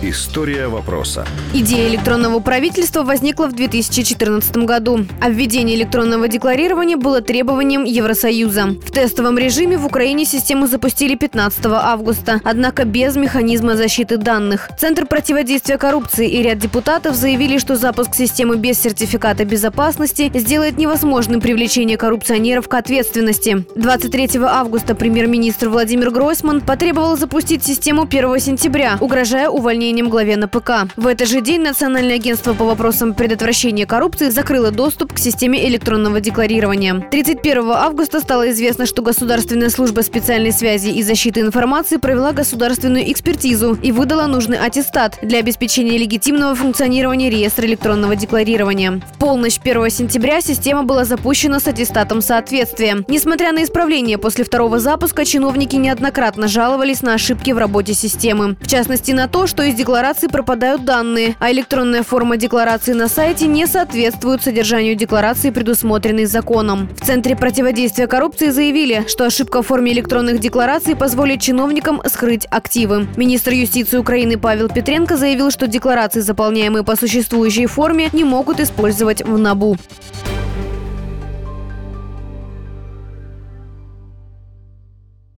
История вопроса. Идея электронного правительства возникла в 2014 году, а введение электронного декларирования было требованием Евросоюза. В тестовом режиме в Украине систему запустили 15 августа, однако без механизма защиты данных. Центр противодействия коррупции и ряд депутатов заявили, что запуск системы без сертификата безопасности сделает невозможным привлечение коррупционеров к ответственности. 23 августа премьер-министр Владимир Гройсман потребовал запустить систему 1 сентября, угрожая увольнением главе НПК. В этот же день Национальное агентство по вопросам предотвращения коррупции закрыло доступ к системе электронного декларирования. 31 августа стало известно, что Государственная служба специальной связи и защиты информации провела государственную экспертизу и выдала нужный аттестат для обеспечения легитимного функционирования реестра электронного декларирования. В полночь 1 сентября система была запущена с аттестатом соответствия. Несмотря на исправления после второго запуска, чиновники неоднократно жаловались на ошибки в работе системы. В частности, на то, что из декларации пропадают данные, а электронная форма декларации на сайте не соответствует содержанию декларации, предусмотренной законом. В Центре противодействия коррупции заявили, что ошибка в форме электронных деклараций позволит чиновникам скрыть активы. Министр юстиции Украины Павел Петренко заявил, что декларации, заполняемые по существующей форме, не могут использовать в НАБУ.